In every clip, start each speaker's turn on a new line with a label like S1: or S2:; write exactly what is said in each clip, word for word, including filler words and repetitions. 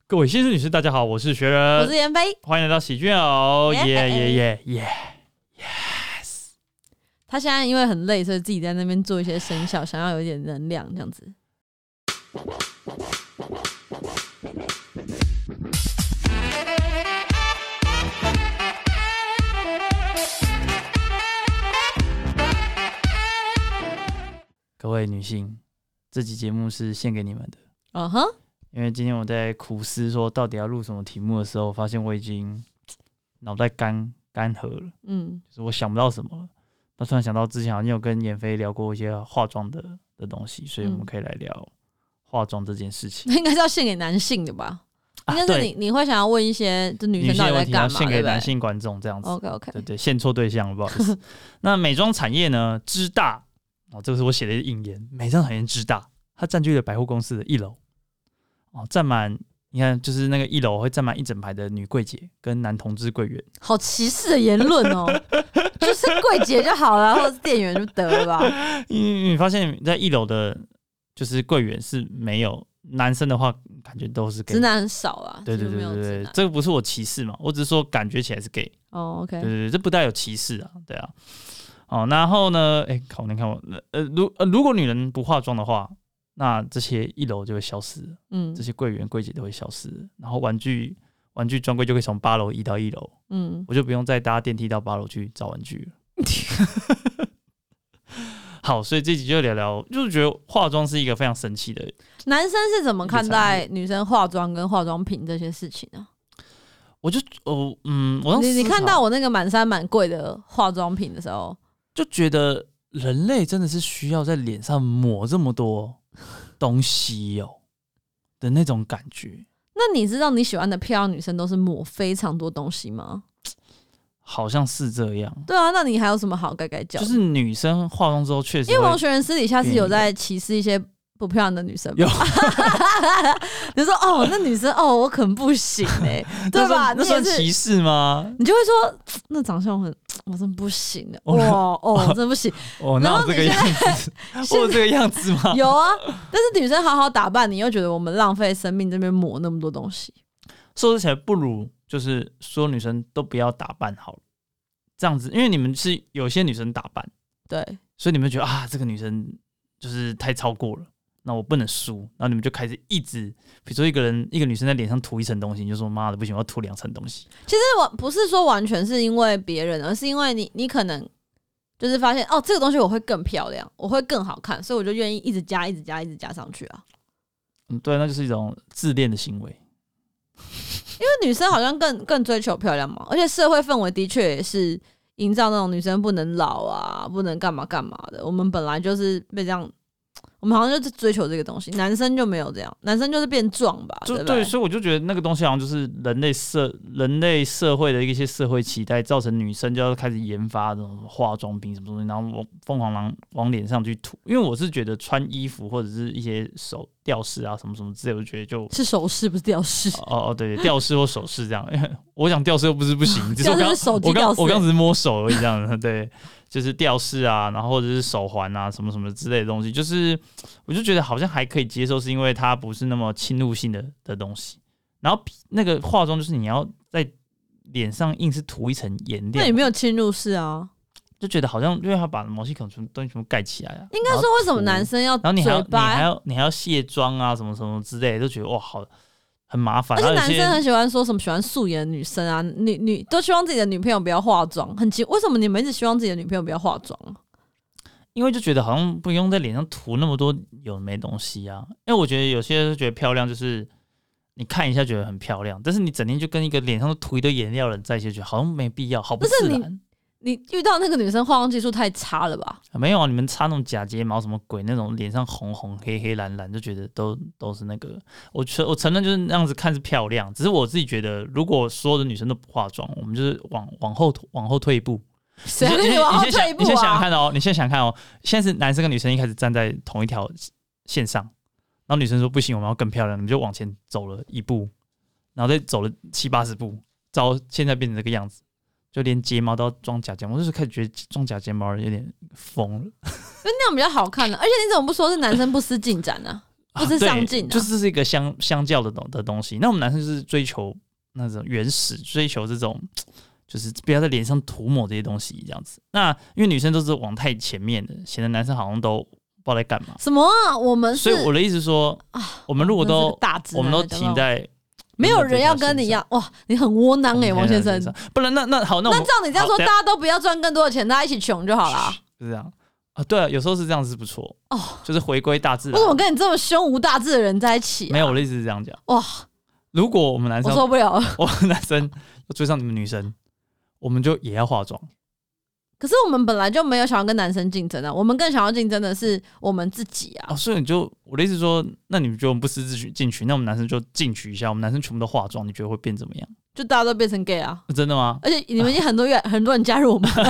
S1: 各位先生女士大家好，我是学人，
S2: 我是妍霏，
S1: 欢迎来到喜剧哦，耶耶耶耶 yes。
S2: 他现在因为很累，所以自己在那边做一些声效，想要有一点能量这样子。
S1: 各位女性，这期节目是献给你们的。
S2: 嗯哼，因
S1: 为今天我在苦思说到底要录什么题目的时候，发现我已经脑袋干干涸了，嗯，就是我想不到什么了。那突然想到之前好像有跟妍霏聊过一些化妆的的东西，所以我们可以来聊化妆这件事情。
S2: 那应该是要献给男性的吧？应该是你、啊、你会想要问一些这女生到底在干嘛？
S1: 献给男性观众这样子。
S2: OK OK，
S1: 对对，献错对象了，不好意思。那美妆产业呢，之大哦，这个是我写的引言，美妆产业之大，它占据了百货公司的一楼，哦，占满。你看，就是那个一楼会站满一整排的女柜姐跟男同志柜员，
S2: 好歧视的言论哦！就是柜姐就好了，或者是店员就得了吧。
S1: 因为你发现，在一楼的，就是柜员是没有男生的话，感觉都是 gay，
S2: 直男很少啊。
S1: 对对对对对，这个不是我歧视嘛，我只是说感觉起来是 gay。
S2: 哦 ，OK，
S1: 对对对，这不带有歧视啊，对啊。哦，然后呢，哎，靠，你看我，呃，如呃如果女人不化妆的话。那这些一楼就会消失了，嗯，这些柜员柜姐都会消失了，然后玩具玩具专柜就可以从八楼移到一楼，嗯，我就不用再搭电梯到八楼去找玩具了。好，所以这集就聊聊，就是觉得化妆是一个非常神奇的。
S2: 男生是怎么看待女生化妆跟化妆品这些事情呢？
S1: 我就哦嗯，我
S2: 你你看到我那个满山满柜的化妆品的时候，
S1: 就觉得人类真的是需要在脸上抹这么多东西哦的那种感觉。
S2: 那你知道你喜欢的漂亮女生都是抹非常多东西吗？
S1: 好像是这样。
S2: 对啊，那你还有什么好改改叫？
S1: 就是女生化妆之后确实，
S2: 因为王学仁私底下是有在歧视一些不漂亮的女生吧。你说哦，那女生哦，我可能不行哎、欸，对吧？
S1: 那算歧视吗？
S2: 你就会说那长相很，我真不行的，哇哦，真不行。
S1: 哦，哪有这个样子？我有这个样子吗？
S2: 有啊，但是女生好好打扮，你又觉得我们浪费生命这边抹那么多东西。
S1: 说起来，不如就是说女生都不要打扮好了，这样子，因为你们是有些女生打扮，
S2: 对，
S1: 所以你们觉得啊，这个女生就是太超过了。那我不能输，然后你们就开始一直，比如说一个人一个女生在脸上涂一层东西，你就说妈的不行，我要涂两层东西。
S2: 其实我不是说完全是因为别人，而是因为你，你可能就是发现哦，这个东西我会更漂亮，我会更好看，所以我就愿意一直加、一直加、一直加上去啊。
S1: 嗯，对，那就是一种自恋的行为。
S2: 因为女生好像更更追求漂亮嘛，而且社会氛围的确也是营造那种女生不能老啊，不能干嘛干嘛的。我们本来就是被这样。我们好像就是追求这个东西，男生就没有这样，男生就是变壮吧，
S1: 就
S2: 对,
S1: 对，所以我就觉得那个东西好像就是人类社人类社会的一些社会期待，造成女生就要开始研发这种化妆品什么东西，然后疯狂往往脸上去涂。因为我是觉得穿衣服或者是一些手吊饰啊什么什么之类，我就觉得就是
S2: 首饰不是吊饰
S1: 哦哦对，吊饰或首饰这样。我想吊饰又不是不行，只是我刚
S2: 手机吊饰，
S1: 我刚只是摸手而已这样的，对。就是吊饰啊，然后或者是手环啊，什么什么之类的东西，就是我就觉得好像还可以接受，是因为它不是那么侵入性的的东西。然后那个化妆就是你要在脸上硬是涂一层颜料，
S2: 那也没有侵入式啊，
S1: 就觉得好像因为他把毛细孔全东西全部盖起来啊。
S2: 应该说为什么男生要，
S1: 然后你还要你还要你还要卸妆啊，什么什么之类的，就觉得哇好。很麻烦，
S2: 而且男生很喜欢说什么喜欢素颜的女生啊，女女都希望自己的女朋友不要化妆，很奇，为什么你们一直希望自己的女朋友不要化妆啊？
S1: 因为就觉得好像不用在脸上涂那么多有没东西啊。因为我觉得有些人觉得漂亮，就是你看一下觉得很漂亮，但是你整天就跟一个脸上都涂一堆颜料的人在一起，觉得好像没必要，好不自然。
S2: 你遇到那个女生化妆技术太差了吧？
S1: 啊、没有啊，你们擦那种假睫毛什么鬼，那种脸上红红黑黑蓝蓝，就觉得都都是那个。我承我承认就是那样子看是漂亮，只是我自己觉得，如果所有的女生都不化妆，我们就是往往后往后退一步。
S2: 谁跟你往后退一步啊？
S1: 你先想想看哦，你先想想看哦，现在是男生跟女生一开始站在同一条线上，然后女生说不行，我们要更漂亮，你们就往前走了一步，然后再走了七八十步，到现在变成这个样子。就连睫毛都要装假睫毛，我就是开始觉得装假睫毛有点疯了。
S2: 那样比较好看呢、啊，而且你怎么不说是男生不思进展呢、啊？ 不是上进、啊
S1: 啊，就是一个相相较的的东西。那我们男生就是追求那种原始，追求这种就是不要在脸上涂抹这些东西这样子。那因为女生都是往太前面的，显得男生好像都不知道在干嘛。
S2: 什么啊？我们是，
S1: 所以我的意思说，啊、我们如果都我们都停在。
S2: 没有人要跟你一样哇！你很窝囊哎、欸，王先生。
S1: 不然那那好，那
S2: 那照你这样说，大家都不要赚更多的钱，大家一起穷就好了。
S1: 是这样啊？对啊，有时候是这样是不错哦，就是回归大自然。
S2: 为什么跟你这么胸无大志的人在一起、啊？
S1: 没有，我的意思是这样讲
S2: 哇！
S1: 如果我们男生
S2: 我受不了了，
S1: 我们男生要追上你们女生，我们就也要化妆。
S2: 可是我们本来就没有想要跟男生竞争啊，我们更想要竞争的是我们自己啊。
S1: 哦，所以你就我的意思说，那你们觉得我们不私自进取，那我们男生就进取一下，我们男生全部都化妆，你觉得会变怎么样？
S2: 就大家都变成 gay 啊？
S1: 真的吗？
S2: 而且你们已经很多月、啊、很多人加入我们。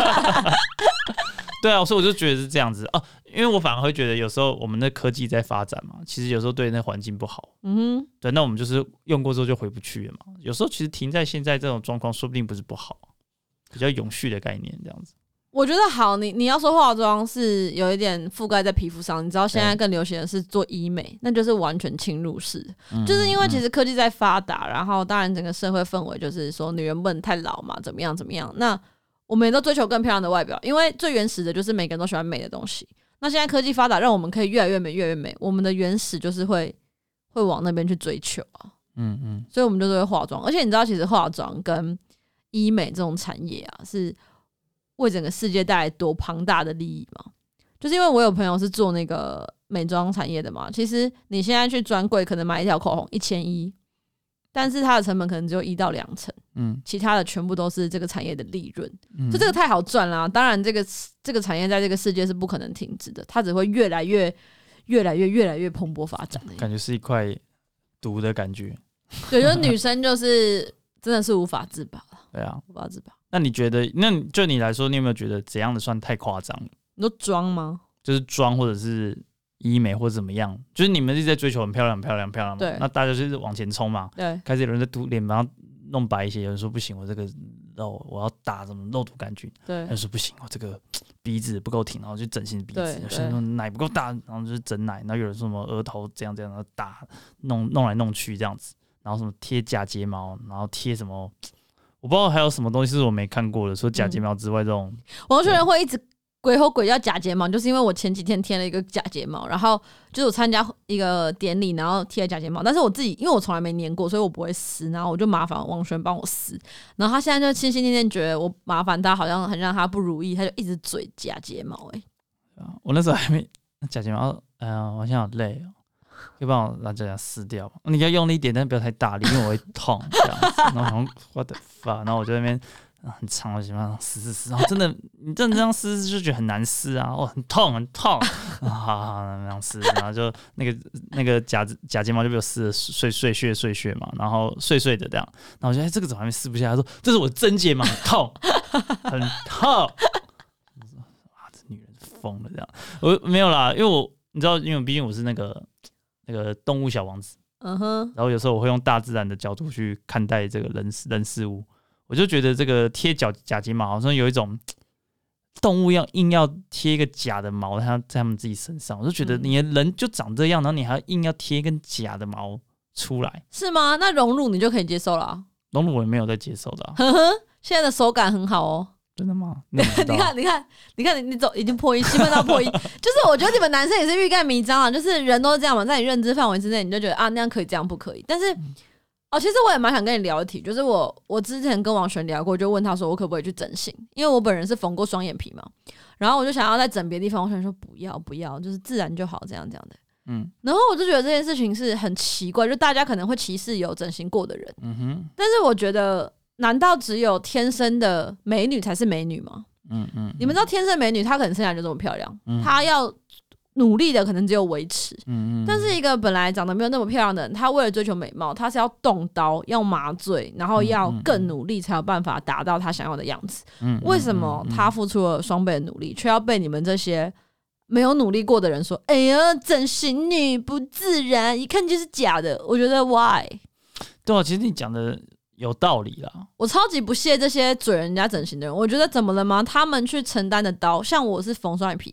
S1: 对啊，所以我就觉得是这样子哦，因为我反而会觉得有时候我们的科技在发展嘛，其实有时候对那环境不好。嗯哼，对，那我们就是用过之后就回不去了嘛。有时候其实停在现在这种状况，说不定不是不好，比较永续的概念这样子。
S2: 我觉得好，你你要说化妆是有一点覆盖在皮肤上，你知道现在更流行的是做医美，那就是完全侵入式，嗯、就是因为其实科技在发达，然后当然整个社会氛围就是说女人不能太老嘛，怎么样怎么样。那我们也都追求更漂亮的外表，因为最原始的就是每个人都喜欢美的东西。那现在科技发达，让我们可以越来越美，越来越美。我们的原始就是会会往那边去追求啊，嗯嗯，所以我们就都会化妆。而且你知道，其实化妆跟医美这种产业啊，是为整个世界带来多庞大的利益吗？就是因为我有朋友是做那个美妆产业的嘛，其实你现在去专柜可能买一条口红一千一，但是它的成本可能只有一到两成，嗯，其他的全部都是这个产业的利润，嗯，就这个太好赚啦。当然，这个这个产业在这个世界是不可能停止的，它只会越来越、越来越、越来越蓬勃发展的。
S1: 感觉是一块毒的感觉。
S2: 对，就是女生就是真的是无法自拔了。
S1: 对啊，
S2: 无法自拔。
S1: 那你觉得，那就你来说，你有没有觉得怎样的算太夸张？
S2: 你说妆吗？
S1: 就是妆或者是医美或者怎么样？就是你们一直在追求很漂亮、很漂亮、很漂亮嘛？
S2: 对。
S1: 那大家就是往前冲嘛。
S2: 对。
S1: 开始有人在涂脸，把它弄白一些；有人说不行，我这个肉我要打什么肉毒杆菌。
S2: 对。
S1: 有人说不行，我这个鼻子不够挺，然后就整新鼻子。有人说奶不够大，然后就是整奶。然后有人说什么额头这样这样，然后打弄弄来弄去这样子。然后什么贴假睫毛，然后贴什么。我不知道还有什么东西是我没看过的，除了假睫毛之外，这种
S2: 王学仁会一直鬼吼鬼叫假睫毛，就是因为我前几天贴了一个假睫毛，然后就是我参加一个典礼，然后贴了假睫毛，但是我自己因为我从来没粘过，所以我不会撕，然后我就麻烦王学仁帮我撕，然后他现在就心心念念觉得我麻烦他，好像很让他不如意，他就一直嘴假睫毛、欸。哎，
S1: 我那时候还没假睫毛，哎呀，我现在好累哦。可以帮我把这样撕掉吗？你要用力一点，但不要太大力，因为我会痛这样子。然后好像我的发，然后我就在那边很长，我喜欢撕撕撕。然后真的，你真的这样撕就觉得很难撕啊，哦，很痛很痛。好好好，那样撕，然后就那个那个假假睫毛就被我撕的碎碎屑碎屑嘛，然后碎碎的这样。然后我觉得、欸、这个怎么还没撕不下？他说这是我真睫毛，很痛，很痛。啊，这女人疯了这样。我没有啦，因为我你知道，因为毕竟我是那个。那个动物小王子，嗯哼，然后有时候我会用大自然的角度去看待这个人人事物，我就觉得这个贴假假睫毛好像有一种动物要硬要贴一个假的毛，它在他们自己身上，我就觉得你的人就长这样，然后你还硬要贴一根假的毛出来，
S2: 是吗？那隆乳你就可以接受了、啊？
S1: 隆乳我也没有在接受的、啊，
S2: 呵呵，现在的手感很好哦。
S1: 真的吗？
S2: 你看，你看，你看，你看，你走已经破音，兴奋到破音。就是我觉得你们男生也是欲盖弥彰啊，就是人都是这样嘛，在你认知范围之内，你就觉得啊那样可以，这样不可以。但是、嗯、哦，其实我也蛮想跟你聊一题，就是我我之前跟王璇聊过，就问他说我可不可以去整形，因为我本人是缝过双眼皮嘛，然后我就想要再整别的地方，我想说不要不要，就是自然就好，这样这样的。嗯，然后我就觉得这件事情是很奇怪，就大家可能会歧视有整形过的人，嗯哼，但是我觉得。难道只有天生的美女才是美女吗？嗯嗯，嗯你们知道天生美女她可能生下来就这么漂亮，嗯、她要努力的可能只有维持。嗯嗯，但是一个本来长得没有那么漂亮的人，她为了追求美貌，她是要动刀、要麻醉，然后要更努力才有办法达到她想要的样子。嗯，为什么她付出了双倍的努力，却要被你们这些没有努力过的人说：“哎呀，整形女不自然，一看就是假的。”我觉得 why？
S1: 对啊，其实你讲的。有道理啦，
S2: 我超级不屑这些嘴人家整形的人。我觉得怎么了吗？他们去承担的刀，像我是缝双眼皮，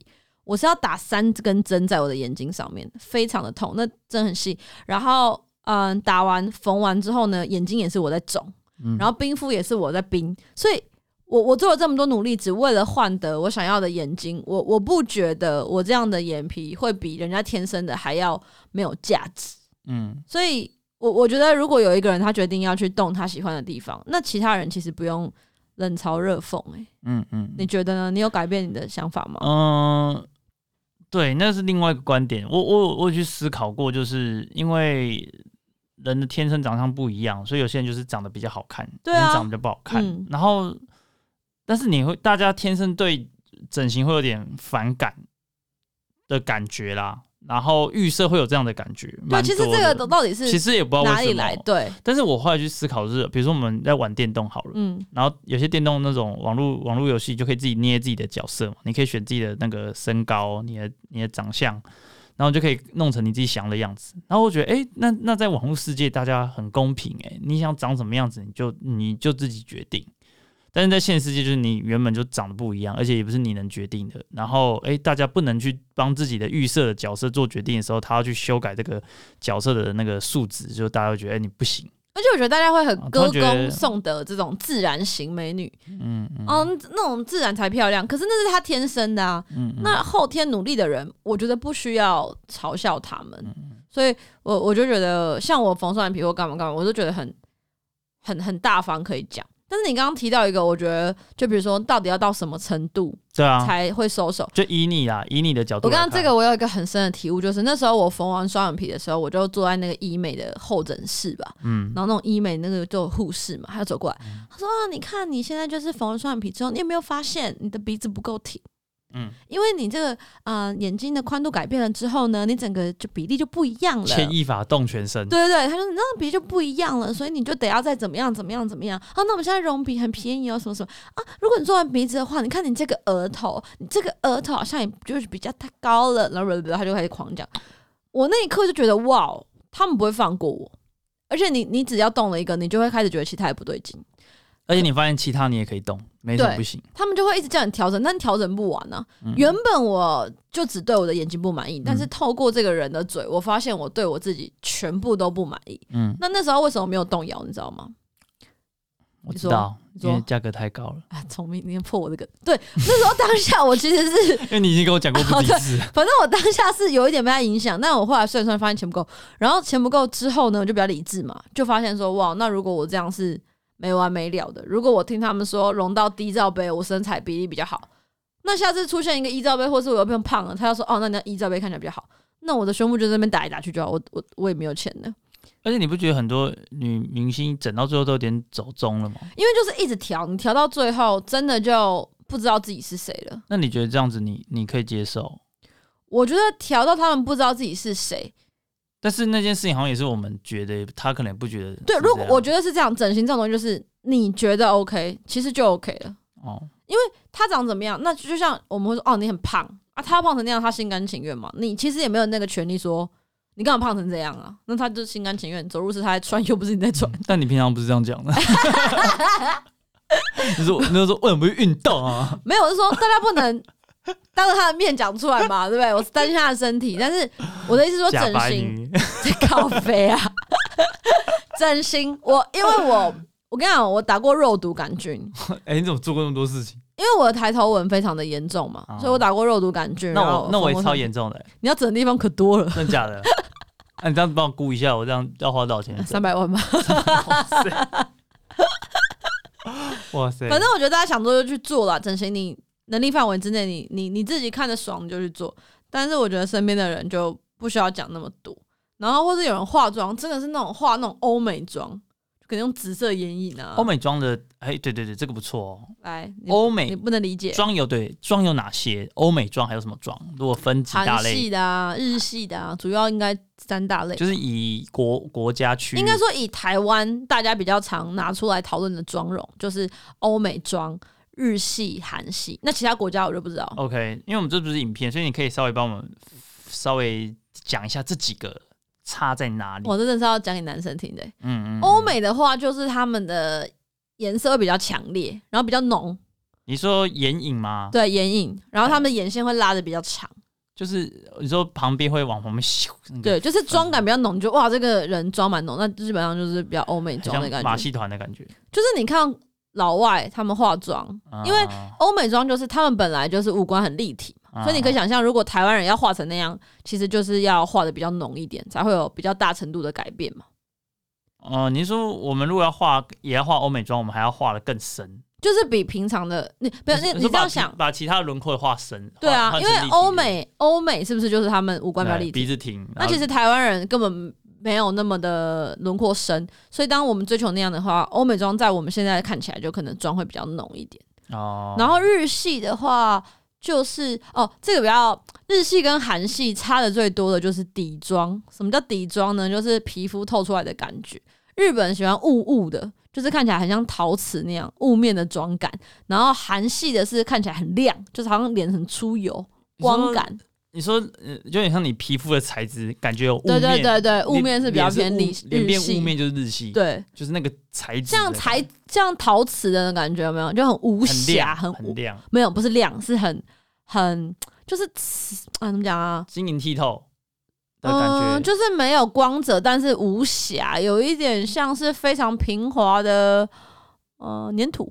S2: 我是要打三根针在我的眼睛上面，非常的痛，那针很细。然后，嗯，打完缝完之后呢，眼睛也是我在肿，嗯、然后冰敷也是我在冰，所以我我做了这么多努力，只为了换得我想要的眼睛。我我不觉得我这样的眼皮会比人家天生的还要没有价值。嗯，所以我我觉得如果有一个人他决定要去动他喜欢的地方，那其他人其实不用冷嘲热讽。哎，嗯嗯，你觉得呢？你有改变你的想法吗？
S1: 嗯。对，那是另外一个观点。我我我有去思考过，就是因为人的天生长相不一样，所以有些人就是长得比较好看，
S2: 对啊，
S1: 有些人长得比较不好看。嗯、然后，但是你会，大家天生对整形会有点反感的感觉啦。然后预设会有这样的感觉，
S2: 对，其实这个到底是
S1: 其实也不知道为什么哪里
S2: 来，对。
S1: 但是我后来去思考是，比如说我们在玩电动好了，嗯，然后有些电动那种网络网络游戏就可以自己捏自己的角色嘛，你可以选自己的那个身高、你的你的长相，然后就可以弄成你自己想要的样子。然后我觉得，哎、欸，那那在网络世界大家很公平、欸，哎，你想长什么样子，你就你就自己决定。但是在现实世界，就是你原本就长得不一样，而且也不是你能决定的。然后，哎、欸，大家不能去帮自己的预设的角色做决定的时候，他要去修改这个角色的那个数值，就大家会觉得，哎、欸，你不行。
S2: 而且我觉得大家会很歌功颂德这种自然型美女，嗯嗯，哦，那种自然才漂亮。可是那是她天生的啊，嗯嗯，那后天努力的人，我觉得不需要嘲笑他们。嗯、所以我我就觉得，像我缝双眼皮或干嘛干嘛，我就觉得很很很大方可以讲。但是你刚刚提到一个，我觉得就比如说，到底要到什么程度，对啊，才会收手？
S1: 就以你啦，以你的角度来看。
S2: 我刚刚这个我有一个很深的体悟，就是那时候我缝完双眼皮的时候，我就坐在那个医美的候诊室吧，嗯，然后那种医美那个就有护士嘛，他就走过来，嗯、他说啊，你看你现在就是缝完双眼皮之后，你有没有发现你的鼻子不够挺？嗯，因为你这个呃眼睛的宽度改变了之后呢，你整个就比例就不一样了。
S1: 牵一发动全身。
S2: 对对对，他说你那个比例就不一样了，所以你就得要再怎么样怎么样怎么样啊。那我们现在隆鼻很便宜哦，什么什么啊。如果你做完鼻子的话，你看你这个额头，你这个额头好像也就是比较太高了，然后他就开始狂讲。我那一刻就觉得哇，他们不会放过我，而且你你只要动了一个，你就会开始觉得其他也不对劲。
S1: 而且你发现其他你也可以动，没什么不行。
S2: 他们就会一直叫你调整，但调整不完啊。嗯、原本我就只对我的眼睛不满意，嗯、但是透过这个人的嘴，我发现我对我自己全部都不满意。嗯，那那时候为什么没有动摇？你知道吗？
S1: 我知道，因为价格太高了。
S2: 啊，聪明，你破我这个。对，那时候当下我其实是
S1: 因为你已经跟我讲过不几次，
S2: 反正我当下是有一点被他影响，但我后来算一算发现钱不够，然后钱不够之后呢，我就比较理智嘛，就发现说哇，那如果我这样是没完没了的。如果我听他们说容到低罩杯，我身材比例比较好，那下次出现一个一罩杯，或是我又变胖了，他要说哦，那你要一罩杯看起来比较好，那我的胸部就在那边打来打去就好，我我我也没有钱的。
S1: 而且你不觉得很多女明星整到最后都有点走中了吗？
S2: 因为就是一直调，你调到最后真的就不知道自己是谁了。
S1: 那你觉得这样子你你可以接受？
S2: 我觉得调到他们不知道自己是谁。
S1: 但是那件事情好像也是我们觉得，他可能不觉得。
S2: 对，如果我觉得是这样，整形这种东西就是你觉得 OK， 其实就 OK 了。哦，因为他长怎么样，那就像我们会说，哦，你很胖啊，他胖成那样，他心甘情愿嘛？你其实也没有那个权利说你干嘛胖成这样啊？那他就心甘情愿，走路是他在穿，又不是你在穿。
S1: 嗯、但你平常不是这样讲的。你说，你说为什么会运动啊？
S2: 没有，我是说大家不能当着他的面讲出来嘛，对不对？我是担心他的身体，但是我的意思是说整形在靠背啊，整形我因为我我跟你讲，我打过肉毒杆菌。
S1: 哎、欸，你怎么做过那么多事情？
S2: 因为我的抬头纹非常的严重嘛，哦、所以我打过肉毒杆菌。
S1: 那我那我也超严重的、欸。
S2: 你要整的地方可多了，
S1: 真的假的？啊、你这样帮我估一下，我这样要花多少钱？
S2: 三百万吧。
S1: 哇塞！哇塞！
S2: 反正我觉得大家想做就去做啦，整形你能力范围之内你，你你你自己看着爽你就去做。但是我觉得身边的人就不需要讲那么多。然后或是有人化妆，真的是那种化那种欧美妆，可能用紫色眼影啊。
S1: 欧美妆的，哎，对对对，这个不错哦。
S2: 来，
S1: 欧美
S2: 你不能理解
S1: 妆有对妆有哪些？欧美妆还有什么妆？如果分几大类？
S2: 韩系的啊，日系的啊，主要应该三大类。
S1: 就是以国国家区，
S2: 应该说以台湾大家比较常拿出来讨论的妆容，就是欧美妆、日系、韩系。那其他国家我就不知道。
S1: OK， 因为我们这不是影片，所以你可以稍微帮我们稍微讲一下这几个差在哪里。
S2: 我真的是要讲给男生听的、欸。嗯嗯。欧美的话，就是他们的颜色会比较强烈，然后比较浓。
S1: 你说眼影吗？
S2: 对，眼影，然后他们的眼线会拉的比较长。
S1: 就是你说旁边会往旁边咻、那個，
S2: 对，就是妆感比较浓，你就哇，这个人妆蛮浓，那基本上就是比较欧美妆的感觉，
S1: 马戏团的感觉。
S2: 就是你看老外他们化妆，啊、因为欧美妆就是他们本来就是五官很立体嘛，啊、所以你可以想象，如果台湾人要画成那样，其实就是要画的比较浓一点，才会有比较大程度的改变嘛。
S1: 哦、呃，你说我们如果要画，也要画欧美妆，我们还要画的更深。
S2: 就是比平常的你不是 你, 你, 你这样想，
S1: 把其他的轮廓画深。
S2: 对啊，因为欧美欧美是不是就是他们五官比较立体，
S1: 鼻子挺？
S2: 那其实台湾人根本没有那么的轮廓深，所以当我们追求那样的话，欧美妆在我们现在看起来就可能妆会比较浓一点。哦，然后日系的话就是哦，这个比较日系跟韩系差的最多的就是底妆。什么叫底妆呢？就是皮肤透出来的感觉。日本人喜欢雾雾的，就是看起来很像陶瓷那样雾面的妆感，然后韩系的是看起来很亮，就是好像脸很出油，光感。
S1: 你说，呃，有点像你皮肤的材质，感觉有雾面。
S2: 对对对对，雾面是比较偏日系，
S1: 脸变雾面就是日系。对，就是那个材质，
S2: 像材像陶瓷的感觉有没有？就很无瑕，很
S1: 很亮。
S2: 没有，不是亮，是很很就是啊，怎么讲啊？
S1: 晶莹剔透。的感觉、
S2: 嗯，就是没有光泽，但是无瑕，有一点像是非常平滑的呃粘土，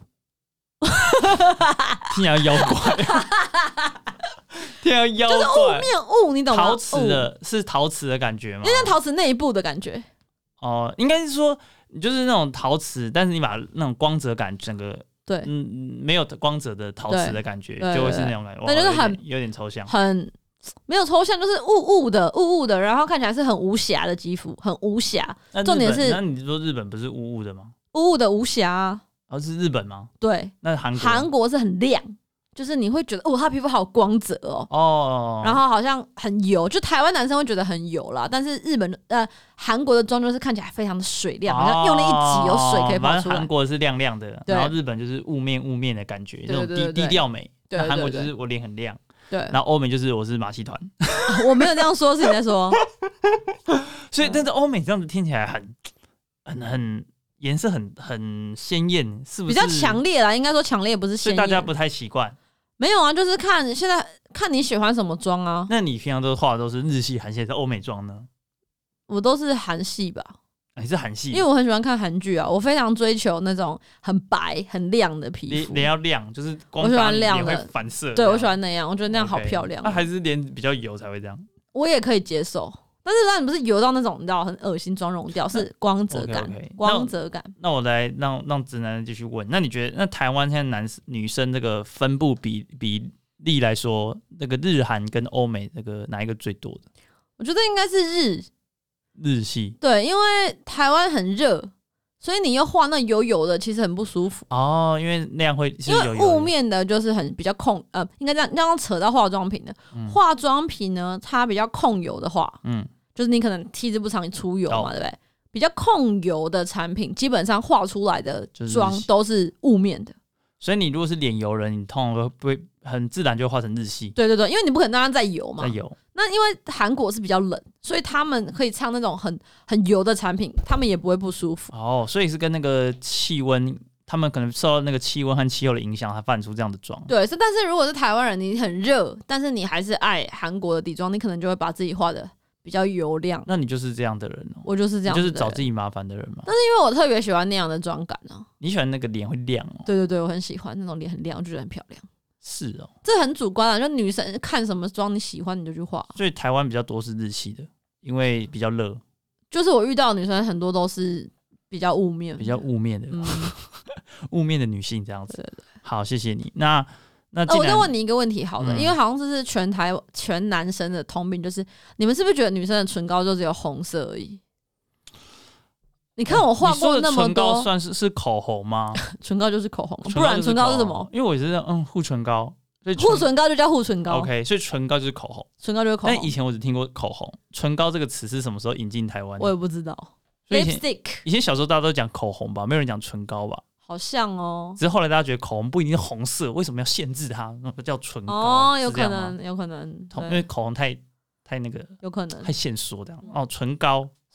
S1: 听起来妖怪，听起来妖怪，
S2: 就是雾面雾，你懂吗？
S1: 陶瓷的是陶瓷的感觉吗？
S2: 有点陶瓷内部的感觉。
S1: 哦、呃，应该是说，就是那种陶瓷，但是你把那种光泽感整个。
S2: 对，
S1: 嗯，没有光泽的陶瓷的感觉，就会是那种感觉，
S2: 那就是很
S1: 有, 有点抽象，
S2: 很没有抽象，就是雾雾的雾雾的，然后看起来是很无瑕的肌肤，很无瑕。重点是，
S1: 那你说日本不是雾雾的吗？
S2: 雾雾的无瑕、啊，
S1: 哦，是日本吗？
S2: 对，
S1: 那韩国
S2: 韩国是很亮，就是你会觉得哦，他皮肤好光泽哦，哦，然后好像很油，就台湾男生会觉得很油啦，但是日本呃韩国的妆就是看起来非常的水亮，好像用力一挤有水可以跑出来。
S1: 韩国是亮亮的，然后日本就是雾面雾面的感觉，那种低低调美。对，韩国就是我脸很亮。对，然后欧美就是我是马戏团，
S2: 我没有这样说，是你在说。
S1: 所以，但是欧美这样子听起来很、很、很颜色很很鲜艳，是不是？
S2: 比较强烈啦，应该说强烈不是鲜艳，
S1: 所以大家不太习惯。
S2: 没有啊，就是看现在看你喜欢什么妆啊。
S1: 那你平常都画的都是日系、韩系还是欧美妆呢？
S2: 我都是韩系吧。
S1: 你是韩系，
S2: 因为我很喜欢看韩剧啊，我非常追求那种很白很亮的皮肤，
S1: 脸要亮，就是光
S2: 我喜欢亮的，
S1: 会反射。
S2: 对，我喜欢那样，我觉得那样好漂亮。
S1: 那、okay, 还是脸比较油才会这样，
S2: 我也可以接受。但是让你不是油到那种你知道很恶心妆容掉，是光泽感， okay, okay, 光泽感。
S1: 那我来让让直男继续问，那你觉得那台湾现在男女生这个分布比比例来说，那个日韩跟欧美那个哪一个最多的？
S2: 我觉得应该是日。
S1: 日系
S2: 对，因为台湾很热，所以你又画那油油的，其实很不舒服
S1: 哦。因为那样会是
S2: 因
S1: 有
S2: 为雾面的就是很比较控呃，应该这样这样扯到化妆品的、嗯、化妆品呢，它比较控油的话，嗯，就是你可能体质不常出油嘛，对不对？比较控油的产品，基本上画出来的妆都是雾面的。
S1: 所以你如果是脸油人，你通常不会很自然就会画成日系。
S2: 对对对，因为你不可能让它再油嘛。
S1: 再油。
S2: 那因为韩国是比较冷，所以他们可以唱那种很很油的产品，他们也不会不舒服。
S1: 哦，所以是跟那个气温，他们可能受到那个气温和气候的影响，才泛出这样的妆。
S2: 对，是但是如果是台湾人，你很热，但是你还是爱韩国的底妆，你可能就会把自己画的比较油亮。
S1: 那你就是这样的人哦。
S2: 我就是这样的人，
S1: 你就是找自己麻烦的人嘛。
S2: 但是因为我特别喜欢那样的妆感啊。
S1: 你喜欢那个脸会亮哦？
S2: 对对对，我很喜欢那种脸很亮，我觉得很漂亮。
S1: 是哦，
S2: 这很主观啊，就女生看什么妆你喜欢你就去画。
S1: 所以台湾比较多是日系的，因为比较热。
S2: 就是我遇到的女生很多都是比较雾面，
S1: 比较雾面的，嗯、雾面的女性这样子。
S2: 对对对，
S1: 好，谢谢你。那那、
S2: 呃、我再问你一个问题好了，嗯、因为好像这是全台全男生的通病，就是你们是不是觉得女生的唇膏就只有红色而已？你看我画过那么多，
S1: 唇膏算是是口红吗？
S2: 唇膏就是口红，不然唇膏是什么？
S1: 因为我是嗯护唇膏，所以
S2: 护唇膏就叫护唇膏。
S1: OK， 所以唇膏就是口红，
S2: 唇膏就是口红。
S1: 但以前我只听过口红，唇膏这个词是什么时候引进台湾的？
S2: 我也不知道。
S1: Lipstick， 以前小时候大家都讲口红吧，没有人讲唇膏吧？
S2: 好像哦。
S1: 只是后来大家觉得口红不一定是红色，为什么要限制它？那个叫唇膏
S2: 哦，有可能，有可能，
S1: 因为口红太太那个，
S2: 有可能
S1: 太限缩这样哦，唇膏。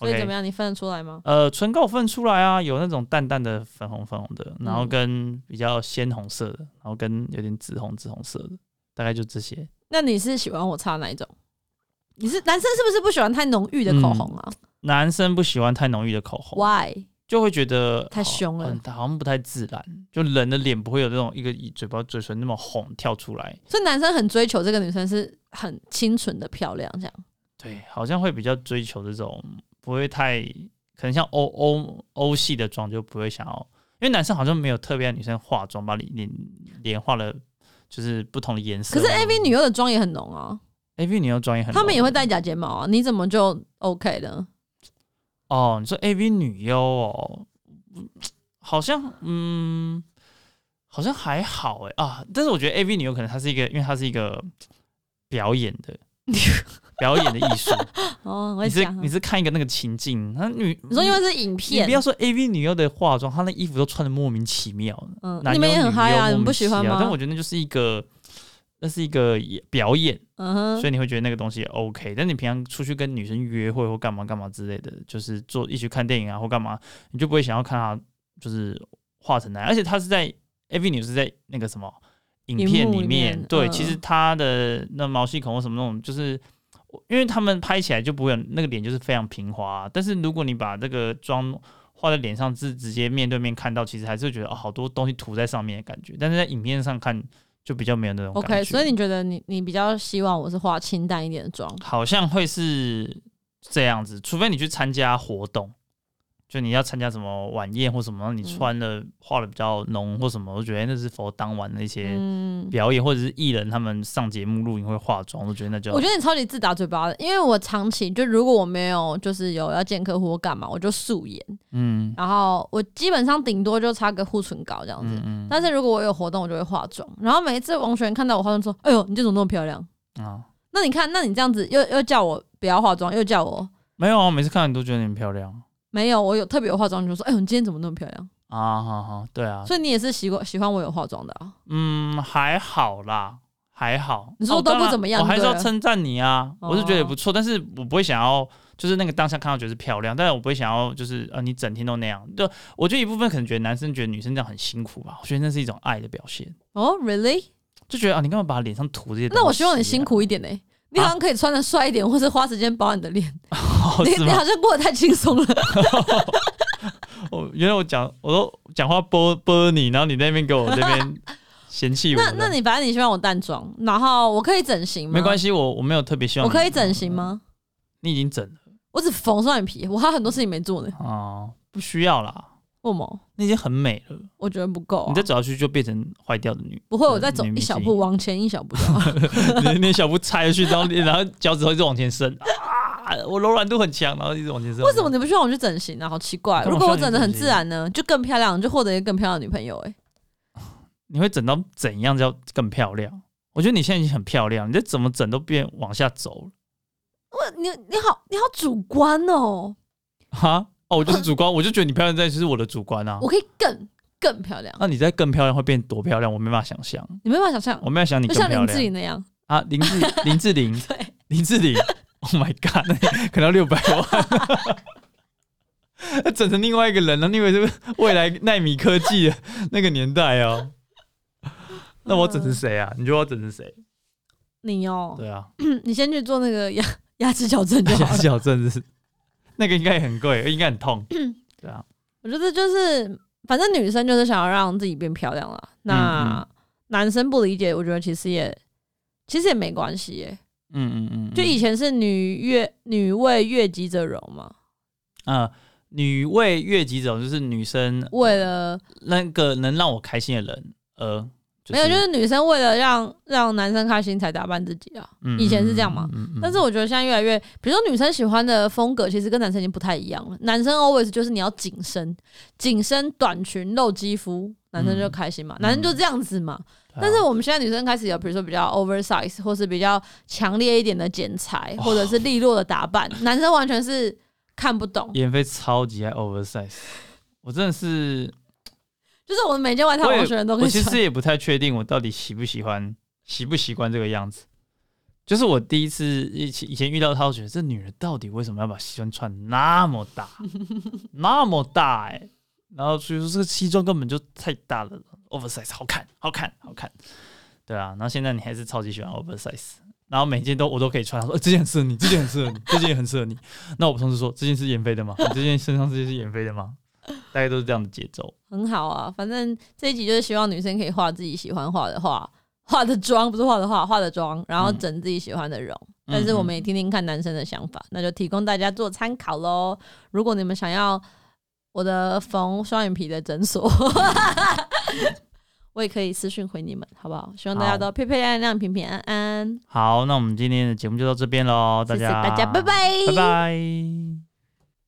S2: 所以怎么样？你分得出来吗？
S1: 呃，唇膏分出来啊，有那种淡淡的粉红粉红的，然后跟比较鲜红色的，然后跟有点紫红紫红色的，大概就这些。
S2: 那你是喜欢我擦哪一种？你是男生是不是不喜欢太浓郁的口红啊？嗯、
S1: 男生不喜欢太浓郁的口红
S2: ，Why？ 就
S1: 会觉得
S2: 太凶了，
S1: 好像不太自然。就人的脸不会有这种一个嘴巴嘴唇那么红跳出来，
S2: 所以男生很追求这个女生是很清纯的漂亮，这样。
S1: 对，好像会比较追求这种。不会太可能像欧欧欧系的妆就不会想要，因为男生好像没有特别女生化妆把脸脸画了就是不同的颜色。
S2: 可是 A V 女优的妆也很浓啊
S1: ，A V 女优妆也很浓，
S2: 他们也会戴假睫毛啊，你怎么就 OK 的？
S1: 哦，你说 A V 女优哦，好像嗯，好像还好哎啊，但是我觉得 A V 女优可能它是一个，因为它是一个表演的。表演的艺术
S2: 哦，我
S1: 你是你是看一个那个情境，那女
S2: 你说因为是影片，
S1: 你不要说 A V 女优的化妆，她那衣服都穿的莫名其妙的，
S2: 嗯，你们也很嗨啊，你们不喜欢吗？
S1: 但我觉得那就是一个，那是一个表演，
S2: 嗯哼，
S1: 所以你会觉得那个东西也 OK。但你平常出去跟女生约会或干嘛干嘛之类的，就是做一起看电影啊或干嘛，你就不会想要看她就是化成那样，而且她是在 A V 女是在那个什么。影片里面，对，嗯、其实他的那毛细孔或什么那种，就是因为他们拍起来就不会有那个脸，就是非常平滑、啊。但是如果你把这个妆画在脸上，是直接面对面看到，其实还是会觉得哦，好多东西涂在上面的感觉。但是在影片上看，就比较没有那种感觉。
S2: OK， 所以你觉得你你比较希望我是画清淡一点的妆？
S1: 好像会是这样子，除非你去参加活动。就你要参加什么晚宴或什么，你穿的画的比较浓或什么，我觉得那是否当晚的一些表演，嗯、或者是艺人他们上节目录影会化妆，我觉得那就
S2: 我觉得你超级自打嘴巴的，因为我长期就如果我没有就是有要见客户或干嘛，我就素颜，嗯，然后我基本上顶多就擦个护唇膏这样子，嗯嗯但是如果我有活动，我就会化妆，然后每一次王璇看到我化妆说：“哎呦，你这种那么漂亮啊！”那你看，那你这样子又又叫我不要化妆，又叫我
S1: 没有啊，每次看你都觉得你很漂亮。
S2: 没有，我有特别有化妆，就说：“哎呦，你今天怎么那么漂亮
S1: 啊？”好好，对啊，
S2: 所以你也是喜欢喜欢我有化妆的啊？
S1: 嗯，还好啦，还好。
S2: 你说我都不怎么样，
S1: 哦、我还是要称赞你啊，哦、我是觉得也不错，但是我不会想要，就是那个当下看到觉得是漂亮，但是我不会想要，就是呃，你整天都那样。就我觉得一部分可能觉得男生觉得女生这样很辛苦吧，我觉得那是一种爱的表现。
S2: 哦 ，really？
S1: 就觉得啊，你干嘛把脸上涂这些东西、啊？
S2: 那我希望你辛苦一点呢、欸。你好像可以穿得帅一点，啊、或是花时间保你的脸。
S1: 哦、
S2: 你你好像过得太轻松了。
S1: 哦，原来我讲我都讲话播播你，然后你那边给我这边嫌弃我。
S2: 那那你反正你希望我淡妆，然后我可以整形吗？
S1: 没关系，我我没有特别希望。
S2: 我可以整形吗？
S1: 你已经整了。
S2: 我只缝双眼皮，我还有很多事情没做呢。
S1: 哦，不需要啦。
S2: 为什么？
S1: 你已经很美了，
S2: 我觉得不够、啊。
S1: 你再走下去就变成坏掉的女。
S2: 不会，我再走一小步，往前一小步就好。
S1: 你那小步踩下去，然后然后脚趾头一直往前伸啊！我柔软度很强，然后一直往前伸。
S2: 为什么你不希望我去整形啊？好奇怪！如果我整得很自然呢，就更漂亮，就获得一个更漂亮的女朋友、欸。哎，
S1: 你会整到怎样叫更漂亮？我觉得你现在已经很漂亮，你再怎么整都变往下走了。
S2: 我你你好你好主观哦。
S1: 哈？哦，我就是主观，我就觉得你漂亮在就是我的主观啊。
S2: 我可以更更漂亮。
S1: 那你再更漂亮会变多漂亮？我没办法想象。
S2: 你没办法想象？
S1: 我没有想你更漂亮。
S2: 就像林志玲那样
S1: 啊，林志林志玲，
S2: 对，
S1: 林志玲 ，Oh my God， 可能要六百万，整成另外一个人了。你以为是未来奈米科技的那个年代哦？那我整成谁啊？你觉得我整成谁？
S2: 你哦，
S1: 对啊，
S2: 你先去做那个牙牙齿矫正就好了。
S1: 牙齿矫正是。那个应该也很贵，应该很痛。对啊，
S2: 我觉得就是，反正女生就是想要让自己变漂亮啦。那、嗯嗯、男生不理解，我觉得其实也其实也没关系耶。嗯嗯嗯，就以前是女悦女为悦己者容嘛。
S1: 啊、呃，女为悦己者容就是女生
S2: 为了
S1: 那个能让我开心的人而。就是、
S2: 没有，就是女生为了让让男生开心才打扮自己啊。嗯、以前是这样嘛、嗯嗯嗯，但是我觉得现在越来越，比如说女生喜欢的风格，其实跟男生已经不太一样了。男生 always 就是你要紧身、紧身短裙露肌肤，男生就开心嘛，嗯、男生就这样子嘛。嗯、但是我们现在女生开始有，比如说比较 oversize 或是比较强烈一点的剪裁，或者是利落的打扮，男生完全是看不懂。
S1: 妍霏超级爱 oversize， 我真的是。
S2: 就是我们每件外套，我选人都可以穿。
S1: 我其实也不太确定我到底喜不喜欢、习不习惯这个样子。 就是我第一次以以前遇到她，我觉得这女人到底为什么要把西装穿那么大，那么大哎、欸，然后所以说这个西装根本就太大了 ，oversize 好看，好看，好看，对啊，然后现在你还是超级喜欢 oversize。然后每件都我都可以穿，他说、欸、这件很适合你，这件很适合你，这件也很适合你。那我同事说这件是妍飞的吗？你这件身上这件是妍飞的吗？大概都是这样的节奏。
S2: 很好啊，反正这一集就是希望女生可以化自己喜欢化的画，化的妆不是化的画，化的妆，然后整自己喜欢的容。嗯、但是我们也听听看男生的想法，那就提供大家做参考咯。如果你们想要我的缝双眼皮的诊所。我也可以私讯回你们，好不好？希望大家都漂漂亮亮、平平安安。
S1: 好，那我们今天的节目就到这边喽，大家，
S2: 谢谢大家，拜拜，
S1: 拜拜。